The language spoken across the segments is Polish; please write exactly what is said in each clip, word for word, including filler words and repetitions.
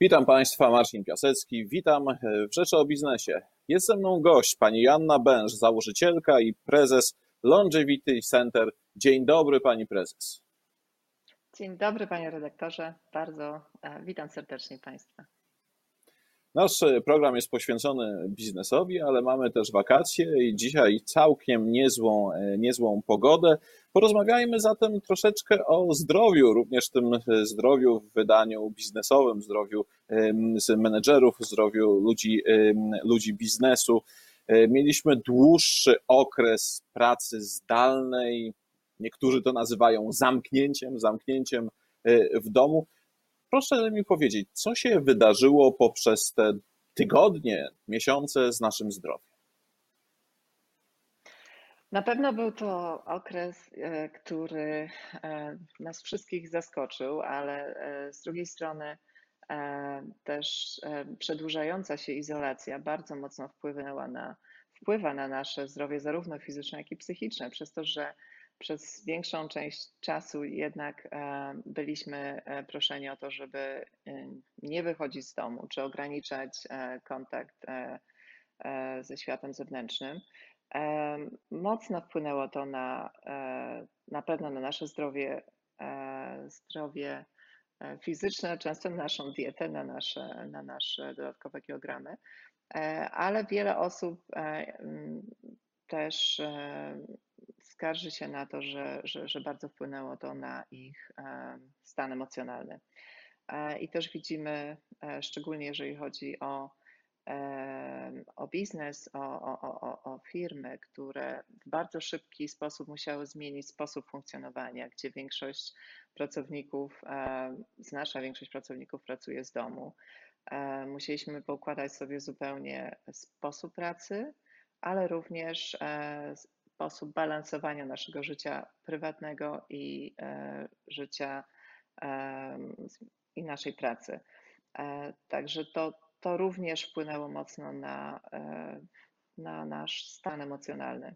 Witam Państwa, Marcin Piasecki. Witam w Rzeczy o Biznesie. Jest ze mną gość, pani Joanna Bęż, założycielka i prezes Longevity Center. Dzień dobry, pani prezes. Dzień dobry, panie redaktorze. Bardzo e, witam serdecznie państwa. Nasz program jest poświęcony biznesowi, ale mamy też wakacje i dzisiaj całkiem niezłą, niezłą pogodę. Porozmawiajmy zatem troszeczkę o zdrowiu, również tym zdrowiu w wydaniu biznesowym, zdrowiu z menedżerów, zdrowiu ludzi, ludzi biznesu. Mieliśmy dłuższy okres pracy zdalnej, niektórzy to nazywają zamknięciem, zamknięciem w domu. Proszę mi powiedzieć, co się wydarzyło poprzez te tygodnie, miesiące z naszym zdrowiem? Na pewno był to okres, e, który e, nas wszystkich zaskoczył, ale e, z drugiej strony e, też e, przedłużająca się izolacja bardzo mocno wpłynęła na, wpływa na nasze zdrowie zarówno fizyczne, jak i psychiczne, przez to, że przez większą część czasu jednak e, byliśmy e, proszeni o to, żeby e, nie wychodzić z domu, czy ograniczać e, kontakt e, e, ze światem zewnętrznym. E, Mocno wpłynęło to na, e, na pewno na nasze zdrowie, e, zdrowie e, fizyczne, często na naszą dietę, na nasze, na nasze dodatkowe kilogramy, E, ale wiele osób e, m, też e, skarży się na to, że, że, że bardzo wpłynęło to na ich e, stan emocjonalny. E, I też widzimy, e, szczególnie jeżeli chodzi o, e, o biznes, o, o, o, o firmy, które w bardzo szybki sposób musiały zmienić sposób funkcjonowania, gdzie większość pracowników, e, znaczna większość pracowników pracuje z domu. E, Musieliśmy poukładać sobie zupełnie sposób pracy, ale również e, sposób balansowania naszego życia prywatnego i e, życia e, i naszej pracy. E, Także to, to również wpłynęło mocno na, e, na nasz stan emocjonalny.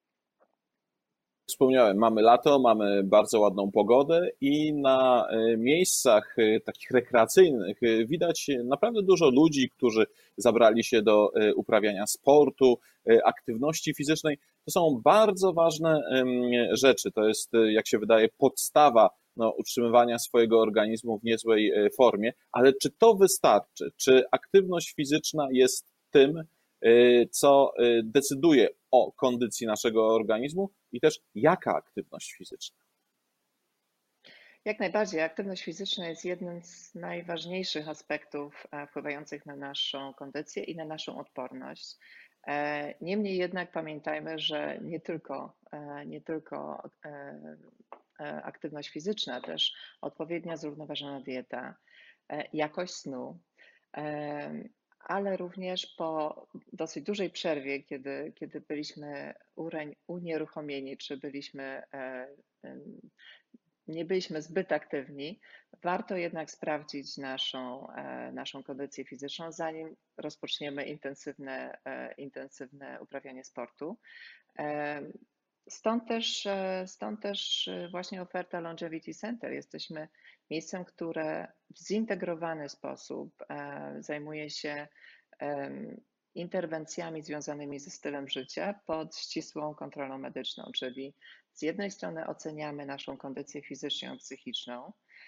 Wspomniałem, mamy lato, mamy bardzo ładną pogodę i na miejscach takich rekreacyjnych widać naprawdę dużo ludzi, którzy zabrali się do uprawiania sportu, aktywności fizycznej. To są bardzo ważne rzeczy. To jest, jak się wydaje, podstawa no, utrzymywania swojego organizmu w niezłej formie. Ale czy to wystarczy? Czy aktywność fizyczna jest tym, co decyduje o kondycji naszego organizmu i też jaka aktywność fizyczna? Jak najbardziej. Aktywność fizyczna jest jednym z najważniejszych aspektów e, wpływających na naszą kondycję i na naszą odporność. E, Niemniej jednak pamiętajmy, że nie tylko, e, nie tylko e, e, aktywność fizyczna, też odpowiednia zrównoważona dieta, e, jakość snu, e, ale również po dosyć dużej przerwie, kiedy, kiedy byliśmy ureń- unieruchomieni, czy byliśmy e, em, nie byliśmy zbyt aktywni, warto jednak sprawdzić naszą, e, naszą kondycję fizyczną, zanim rozpoczniemy intensywne, e, intensywne uprawianie sportu. E, Stąd też, e, stąd też e, właśnie oferta Longevity Center. Jesteśmy miejscem, które w zintegrowany sposób e, zajmuje się em, interwencjami związanymi ze stylem życia pod ścisłą kontrolą medyczną, czyli z jednej strony oceniamy naszą kondycję fizyczną i psychiczną,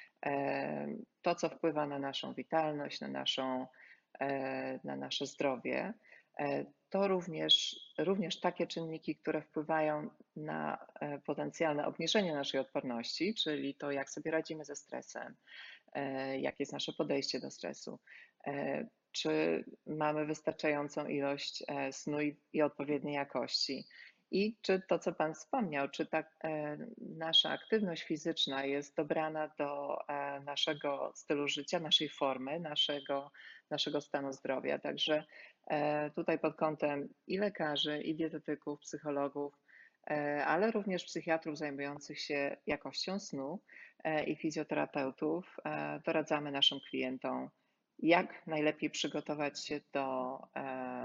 em, to co wpływa na naszą witalność, na, naszą, e, na nasze zdrowie, e, to również, również takie czynniki, które wpływają na e, potencjalne obniżenie naszej odporności, czyli to, jak sobie radzimy ze stresem, e, jakie jest nasze podejście do stresu, e, czy mamy wystarczającą ilość e, snu i, i odpowiedniej jakości. I czy to, co Pan wspomniał, czy ta e, nasza aktywność fizyczna jest dobrana do e, naszego stylu życia, naszej formy, naszego, naszego stanu zdrowia. Także e, tutaj pod kątem i lekarzy, i dietetyków, psychologów, e, ale również psychiatrów zajmujących się jakością snu e, i fizjoterapeutów, e, doradzamy naszym klientom, jak najlepiej przygotować się do, e,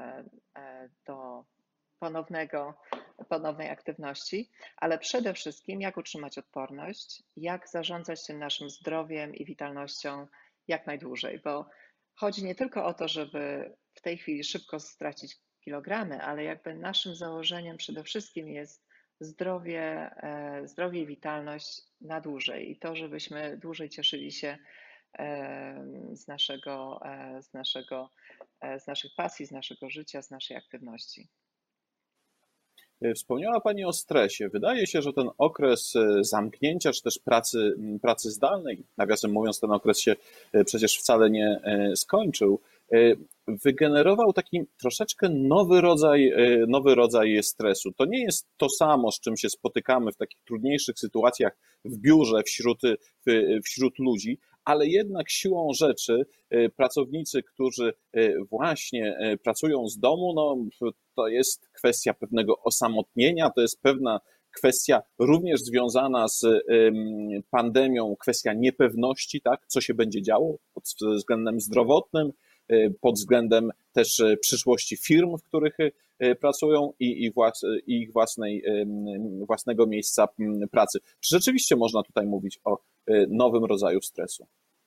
e, do ponownego, ponownej aktywności, ale przede wszystkim jak utrzymać odporność, jak zarządzać tym naszym zdrowiem i witalnością jak najdłużej, bo chodzi nie tylko o to, żeby w tej chwili szybko stracić kilogramy, ale jakby naszym założeniem przede wszystkim jest zdrowie, zdrowie i witalność na dłużej i to, żebyśmy dłużej cieszyli się z naszego, z naszego, z naszych pasji, z naszego życia, z naszej aktywności. Wspomniała Pani o stresie. Wydaje się, że ten okres zamknięcia, czy też pracy, pracy zdalnej, nawiasem mówiąc, ten okres się przecież wcale nie skończył, wygenerował taki troszeczkę nowy rodzaj, nowy rodzaj stresu. To nie jest to samo, z czym się spotykamy w takich trudniejszych sytuacjach w biurze, wśród, wśród ludzi, ale jednak siłą rzeczy pracownicy, którzy właśnie pracują z domu, no, to jest kwestia pewnego osamotnienia, to jest pewna kwestia również związana z pandemią, kwestia niepewności, tak, co się będzie działo pod względem zdrowotnym, pod względem też przyszłości firm, w których pracują i, i, włas, i ich własnej, własnego miejsca pracy. Czy rzeczywiście można tutaj mówić o nowym rodzaju stresu?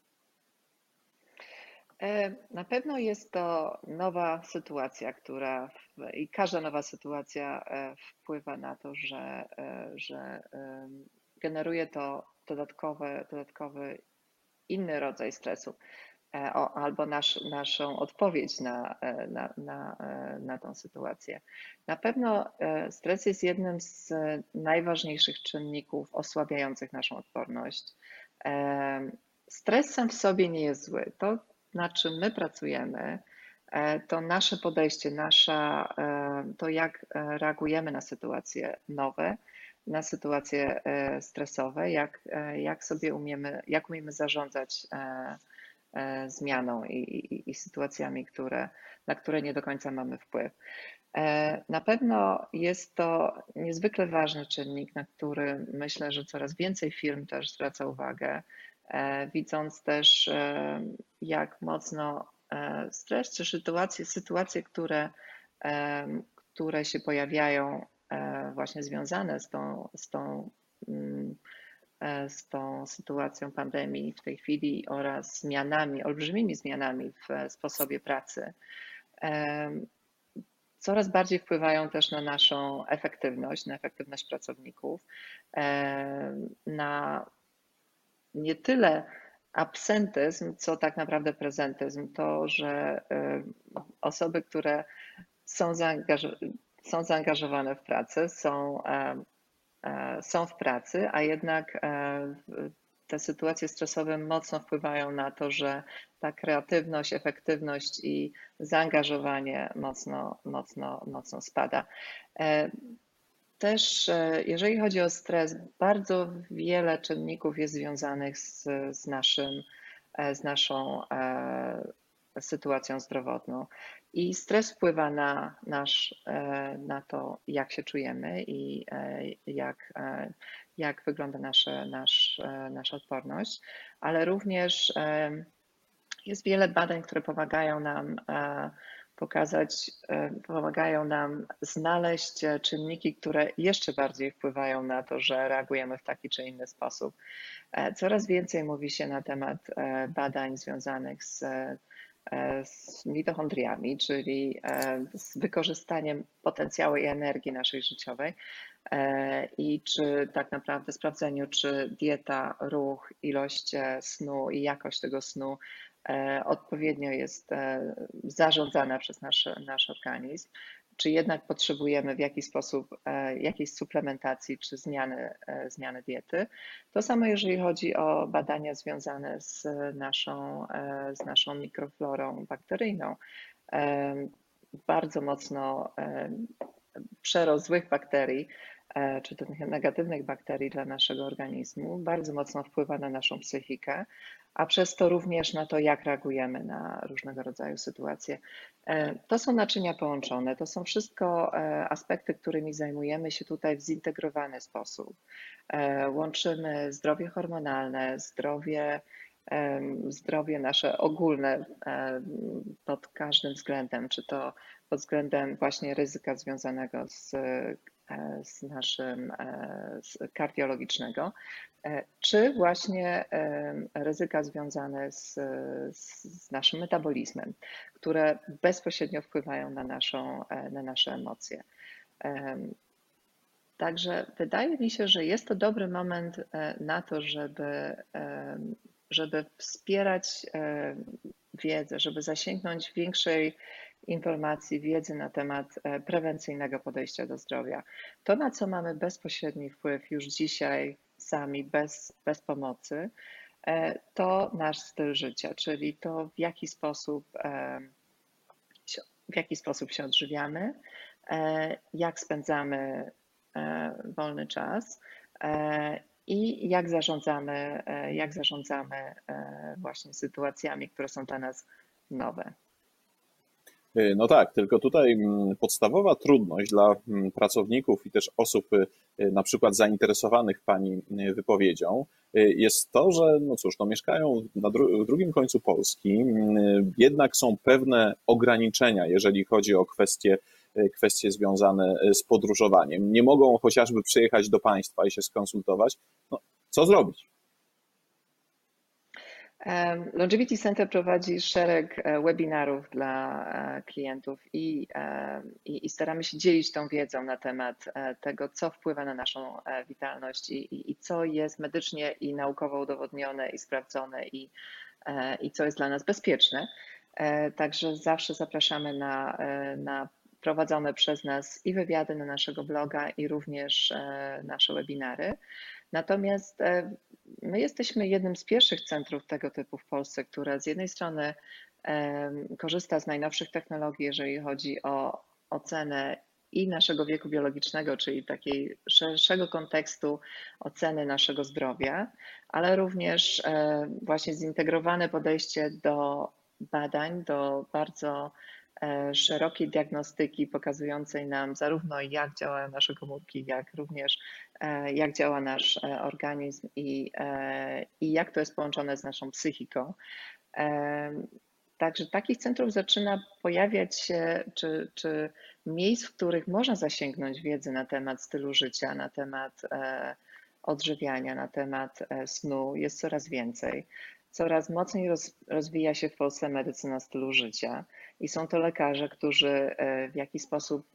Na pewno jest to nowa sytuacja, która i każda nowa sytuacja wpływa na to, że, że generuje to dodatkowy, dodatkowy inny rodzaj stresu albo nasz, naszą odpowiedź na, na, na, na tą sytuację. Na pewno stres jest jednym z najważniejszych czynników osłabiających naszą odporność. Stres sam w sobie nie jest zły. To, na czym my pracujemy, to nasze podejście, nasza, to jak reagujemy na sytuacje nowe, na sytuacje stresowe, jak, jak sobie umiemy, jak umiemy zarządzać zmianą i, i, i sytuacjami, które, na które nie do końca mamy wpływ. Na pewno jest to niezwykle ważny czynnik, na który myślę, że coraz więcej firm też zwraca uwagę, widząc też, jak mocno stres czy sytuacje, sytuacje które, które się pojawiają właśnie związane z tą, z tą, z tą sytuacją pandemii w tej chwili oraz zmianami, olbrzymimi zmianami w sposobie pracy, coraz bardziej wpływają też na naszą efektywność, na efektywność pracowników, na nie tyle absentyzm, co tak naprawdę prezentyzm. To, że osoby, które są, zaangaż- są zaangażowane w pracę, są, są w pracy, a jednak te sytuacje stresowe mocno wpływają na to, że ta kreatywność, efektywność i zaangażowanie mocno, mocno, mocno spada. Też jeżeli chodzi o stres, bardzo wiele czynników jest związanych z, z, naszym, z naszą sytuacją zdrowotną i stres wpływa na, nasz, na to, jak się czujemy i jak, jak wygląda nasze, nasz, nasza odporność, ale również jest wiele badań, które pomagają nam pokazać, pomagają nam znaleźć czynniki, które jeszcze bardziej wpływają na to, że reagujemy w taki czy inny sposób. Coraz więcej mówi się na temat badań związanych z, z mitochondriami, czyli z wykorzystaniem potencjału i energii naszej życiowej i czy tak naprawdę sprawdzeniu, czy dieta, ruch, ilość snu i jakość tego snu odpowiednio jest zarządzana przez nasz, nasz organizm, czy jednak potrzebujemy w jakiś sposób jakiejś suplementacji czy zmiany, zmiany diety. To samo jeżeli chodzi o badania związane z naszą, z naszą mikroflorą bakteryjną. Bardzo mocno przerost złych bakterii, czy tych negatywnych bakterii dla naszego organizmu bardzo mocno wpływa na naszą psychikę, a przez to również na to, jak reagujemy na różnego rodzaju sytuacje. To są naczynia połączone, to są wszystko aspekty, którymi zajmujemy się tutaj w zintegrowany sposób. Łączymy zdrowie hormonalne, zdrowie, zdrowie nasze ogólne pod każdym względem, czy to pod względem właśnie ryzyka związanego z z naszym z kardiologicznego, czy właśnie ryzyka związane z, z naszym metabolizmem, które bezpośrednio wpływają na, naszą, na nasze emocje. Także wydaje mi się, że jest to dobry moment na to, żeby, żeby wspierać wiedzę, żeby zasięgnąć większej informacji, wiedzy na temat prewencyjnego podejścia do zdrowia. To, na co mamy bezpośredni wpływ już dzisiaj sami, bez, bez pomocy, to nasz styl życia, czyli to, w jaki sposób, w jaki sposób się odżywiamy, jak spędzamy wolny czas i jak zarządzamy, jak zarządzamy właśnie sytuacjami, które są dla nas nowe. No tak, tylko tutaj podstawowa trudność dla pracowników i też osób na przykład zainteresowanych Pani wypowiedzią jest to, że no cóż, no mieszkają na dru- w drugim końcu Polski, jednak są pewne ograniczenia, jeżeli chodzi o kwestie, kwestie związane z podróżowaniem. Nie mogą chociażby przyjechać do Państwa i się skonsultować. No, co zrobić? Longevity Center prowadzi szereg webinarów dla klientów i, i, i staramy się dzielić tą wiedzą na temat tego, co wpływa na naszą witalność i, i, i co jest medycznie i naukowo udowodnione i sprawdzone i, i co jest dla nas bezpieczne. Także zawsze zapraszamy na, na prowadzone przez nas i wywiady na naszego bloga i również nasze webinary. Natomiast my jesteśmy jednym z pierwszych centrów tego typu w Polsce, które z jednej strony korzysta z najnowszych technologii, jeżeli chodzi o ocenę i naszego wieku biologicznego, czyli takiej szerszego kontekstu oceny naszego zdrowia, ale również właśnie zintegrowane podejście do badań, do bardzo szerokiej diagnostyki pokazującej nam zarówno jak działają nasze komórki, jak również jak działa nasz organizm i, i jak to jest połączone z naszą psychiką. Także takich centrów zaczyna pojawiać się, czy, czy miejsc, w których można zasięgnąć wiedzy na temat stylu życia, na temat odżywiania, na temat snu jest coraz więcej. Coraz mocniej roz, rozwija się w Polsce medycyna stylu życia i są to lekarze, którzy w jakiś sposób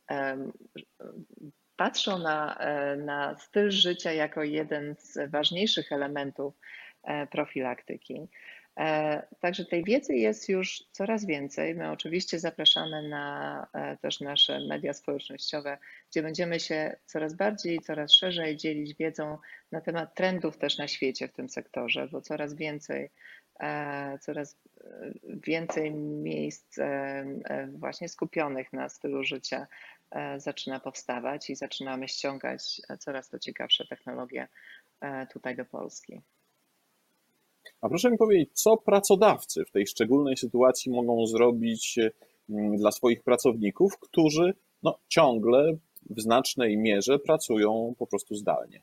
patrzą na, na styl życia jako jeden z ważniejszych elementów profilaktyki. Także tej wiedzy jest już coraz więcej. My oczywiście zapraszamy na też nasze media społecznościowe, gdzie będziemy się coraz bardziej, coraz szerzej dzielić wiedzą na temat trendów też na świecie w tym sektorze, bo coraz więcej, coraz więcej miejsc właśnie skupionych na stylu życia zaczyna powstawać i zaczynamy ściągać coraz to ciekawsze technologie tutaj do Polski. A proszę mi powiedzieć, co pracodawcy w tej szczególnej sytuacji mogą zrobić dla swoich pracowników, którzy no, ciągle w znacznej mierze pracują po prostu zdalnie?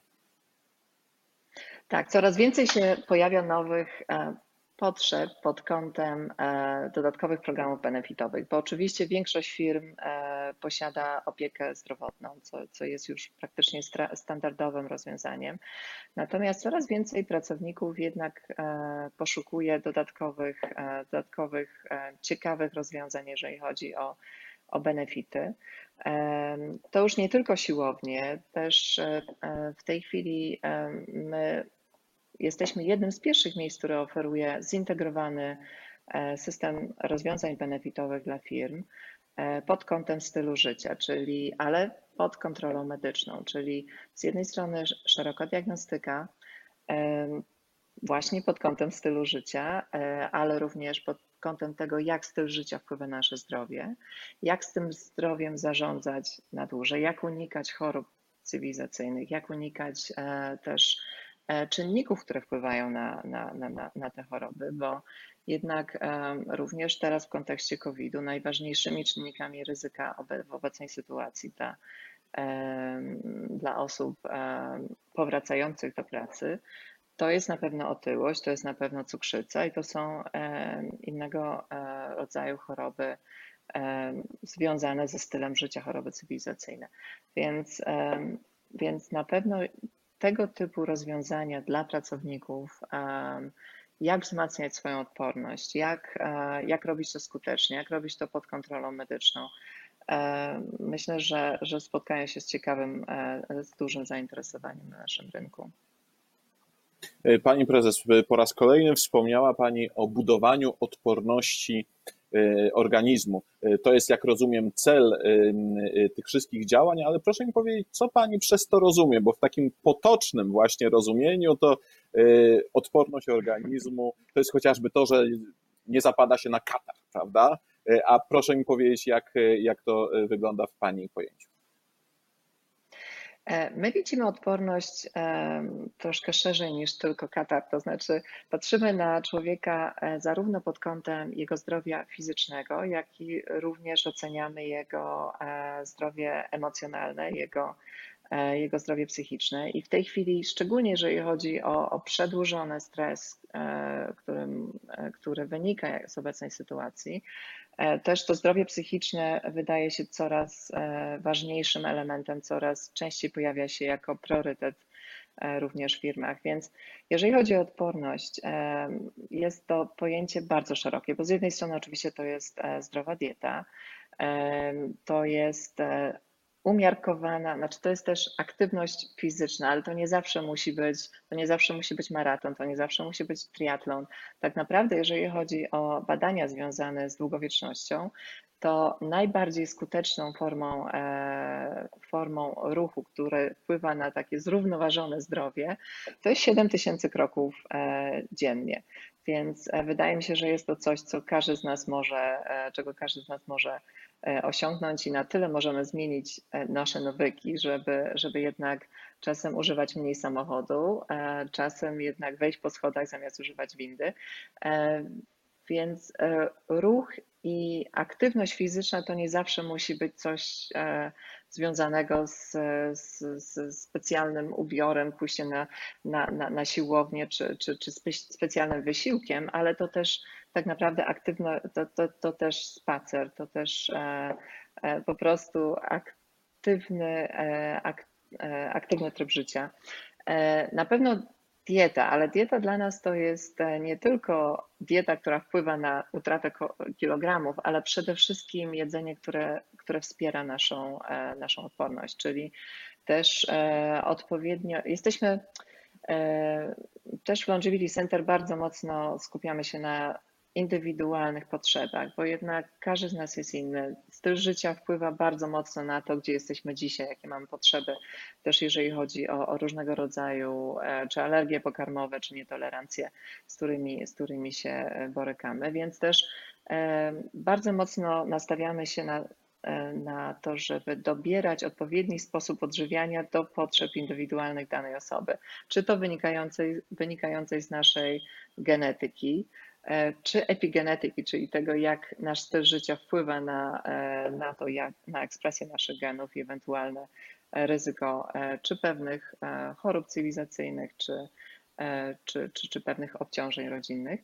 Tak, coraz więcej się pojawia nowych potrzeb pod kątem dodatkowych programów benefitowych, bo oczywiście większość firm posiada opiekę zdrowotną, co, co jest już praktycznie standardowym rozwiązaniem. Natomiast coraz więcej pracowników jednak poszukuje dodatkowych, dodatkowych ciekawych rozwiązań, jeżeli chodzi o, o benefity. To już nie tylko siłownie, też w tej chwili my jesteśmy jednym z pierwszych miejsc, które oferuje zintegrowany system rozwiązań benefitowych dla firm pod kątem stylu życia, czyli ale pod kontrolą medyczną, czyli z jednej strony szeroka diagnostyka właśnie pod kątem stylu życia, ale również pod kątem tego, jak styl życia wpływa na nasze zdrowie, jak z tym zdrowiem zarządzać na dłużej, jak unikać chorób cywilizacyjnych, jak unikać też czynników, które wpływają na, na, na, na te choroby, bo jednak również teraz w kontekście kowida najważniejszymi czynnikami ryzyka w obecnej sytuacji dla, dla osób powracających do pracy to jest na pewno otyłość, to jest na pewno cukrzyca i to są innego rodzaju choroby związane ze stylem życia, choroby cywilizacyjne. Więc, więc na pewno tego typu rozwiązania dla pracowników, jak wzmacniać swoją odporność, jak, jak robić to skutecznie, jak robić to pod kontrolą medyczną, myślę, że, że spotkają się z ciekawym, z dużym zainteresowaniem na naszym rynku. Pani prezes, po raz kolejny wspomniała Pani o budowaniu odporności organizmu. To jest, jak rozumiem, cel tych wszystkich działań, ale proszę mi powiedzieć, co Pani przez to rozumie, bo w takim potocznym właśnie rozumieniu to odporność organizmu to jest chociażby to, że nie zapada się na katar, prawda? A proszę mi powiedzieć, jak, jak to wygląda w Pani pojęciu. My widzimy odporność troszkę szerzej niż tylko katar, to znaczy patrzymy na człowieka zarówno pod kątem jego zdrowia fizycznego, jak i również oceniamy jego zdrowie emocjonalne, jego, jego zdrowie psychiczne i w tej chwili, szczególnie jeżeli chodzi o, o przedłużony stres, którym, który wynika z obecnej sytuacji, też to zdrowie psychiczne wydaje się coraz ważniejszym elementem, coraz częściej pojawia się jako priorytet również w firmach. Więc jeżeli chodzi o odporność, jest to pojęcie bardzo szerokie, bo z jednej strony oczywiście to jest zdrowa dieta, to jest umiarkowana, znaczy to jest też aktywność fizyczna, ale to nie zawsze musi być, to nie zawsze musi być maraton, to nie zawsze musi być triatlon. Tak naprawdę, jeżeli chodzi o badania związane z długowiecznością, to najbardziej skuteczną formą, formą ruchu, który wpływa na takie zrównoważone zdrowie, to jest siedem tysięcy kroków dziennie. Więc wydaje mi się, że jest to coś, co każdy z nas może, czego każdy z nas może osiągnąć i na tyle możemy zmienić nasze nawyki, żeby, żeby jednak czasem używać mniej samochodu, czasem jednak wejść po schodach zamiast używać windy. Więc ruch i aktywność fizyczna to nie zawsze musi być coś związanego z, z, z specjalnym ubiorem, pójściem na, na, na, na siłownię czy, czy, czy specjalnym wysiłkiem, ale to też tak naprawdę aktywno, to, to, to też spacer, to też po prostu aktywny, ak, aktywny tryb życia. Na pewno dieta, ale dieta dla nas to jest nie tylko dieta, która wpływa na utratę kilogramów, ale przede wszystkim jedzenie, które, które wspiera naszą, naszą odporność, czyli też odpowiednio, jesteśmy też w Longevity Center bardzo mocno skupiamy się na indywidualnych potrzebach, bo jednak każdy z nas jest inny. Styl życia wpływa bardzo mocno na to, gdzie jesteśmy dzisiaj, jakie mamy potrzeby, też jeżeli chodzi o, o różnego rodzaju czy alergie pokarmowe, czy nietolerancje, z którymi, z którymi się borykamy, więc też bardzo mocno nastawiamy się na na to, żeby dobierać odpowiedni sposób odżywiania do potrzeb indywidualnych danej osoby, czy to wynikającej, wynikającej z naszej genetyki, czy epigenetyki, czyli tego, jak nasz styl życia wpływa na, na to, jak, na ekspresję naszych genów i ewentualne ryzyko czy pewnych chorób cywilizacyjnych, czy, czy, czy, czy pewnych obciążeń rodzinnych.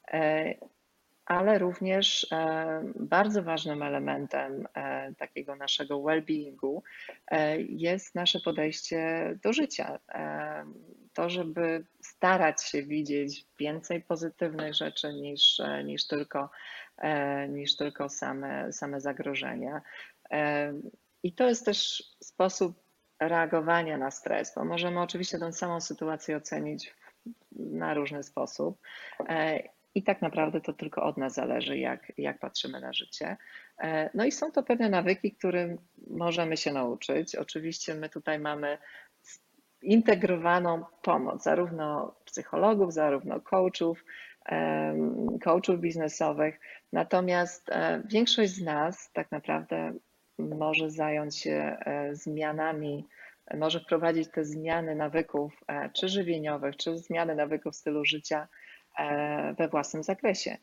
Ale również bardzo ważnym elementem takiego naszego well-beingu jest nasze podejście do życia. To, żeby starać się widzieć więcej pozytywnych rzeczy niż, niż tylko, niż tylko same, same zagrożenia. I to jest też sposób reagowania na stres, bo możemy oczywiście tę samą sytuację ocenić na różny sposób. I tak naprawdę to tylko od nas zależy, jak, jak patrzymy na życie. No i są to pewne nawyki, którym możemy się nauczyć. Oczywiście my tutaj mamy zintegrowaną pomoc zarówno psychologów, zarówno coachów, coachów biznesowych. Natomiast większość z nas tak naprawdę może zająć się zmianami, może wprowadzić te zmiany nawyków, czy żywieniowych, czy zmiany nawyków stylu życia we własnym zakresie.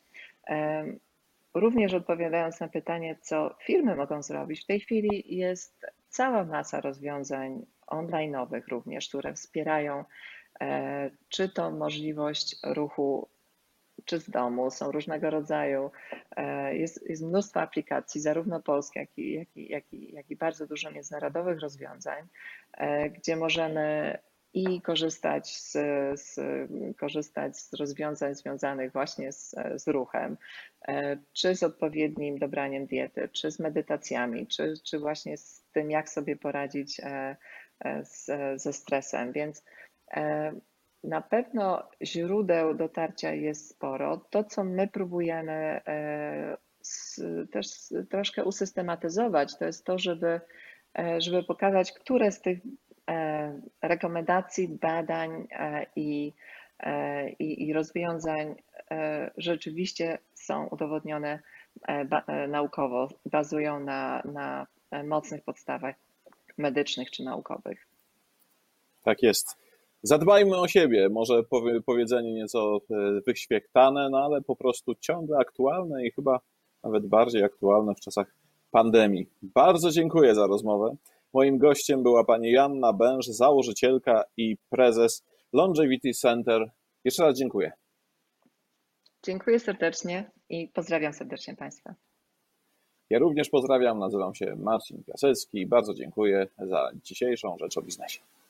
Również odpowiadając na pytanie, co firmy mogą zrobić, w tej chwili jest cała masa rozwiązań online'owych również, które wspierają czy to możliwość ruchu czy z domu, są różnego rodzaju. Jest, jest mnóstwo aplikacji, zarówno polskich, jak i, jak, i, jak, i, jak i bardzo dużo międzynarodowych rozwiązań, gdzie możemy i korzystać z, z, korzystać z rozwiązań związanych właśnie z, z ruchem, czy z odpowiednim dobraniem diety, czy z medytacjami, czy, czy właśnie z tym, jak sobie poradzić z, ze stresem. Więc na pewno źródeł dotarcia jest sporo. To, co my próbujemy też troszkę usystematyzować, to jest to, żeby, żeby pokazać, które z tych rekomendacji, badań i, i, i rozwiązań rzeczywiście są udowodnione naukowo, bazują na, na mocnych podstawach medycznych czy naukowych. Tak jest. Zadbajmy o siebie, może powiedzenie nieco wyświechtane, no ale po prostu ciągle aktualne i chyba nawet bardziej aktualne w czasach pandemii. Bardzo dziękuję za rozmowę. Moim gościem była pani Joanna Bęż, założycielka i prezes Longevity Center. Jeszcze raz dziękuję. Dziękuję serdecznie i pozdrawiam serdecznie Państwa. Ja również pozdrawiam, nazywam się Marcin Piasecki i bardzo dziękuję za dzisiejszą Rzecz o Biznesie.